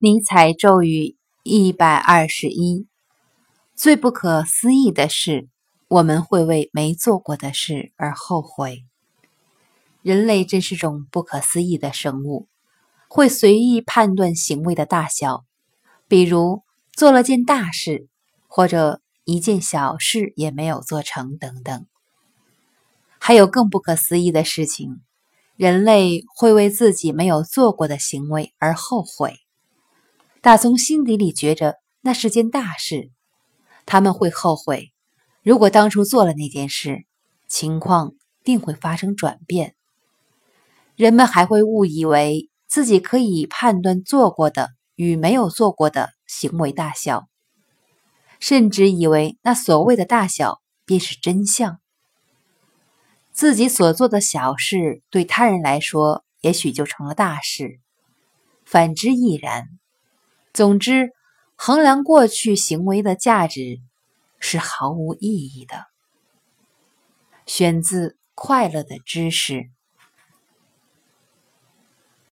尼采咒语121：最不可思议的是，我们会为没做过的事而后悔。人类真是种不可思议的生物，会随意判断行为的大小，比如做了件大事，或者一件小事也没有做成等等。还有更不可思议的事情，人类会为自己没有做过的行为而后悔。打从心底里觉着那是件大事，他们会后悔，如果当初做了那件事，情况定会发生转变。人们还会误以为自己可以判断做过的与没有做过的行为大小，甚至以为那所谓的大小便是真相。自己所做的小事对他人来说也许就成了大事，反之亦然。总之，衡量过去行为的价值是毫无意义的。选自《快乐的知识》。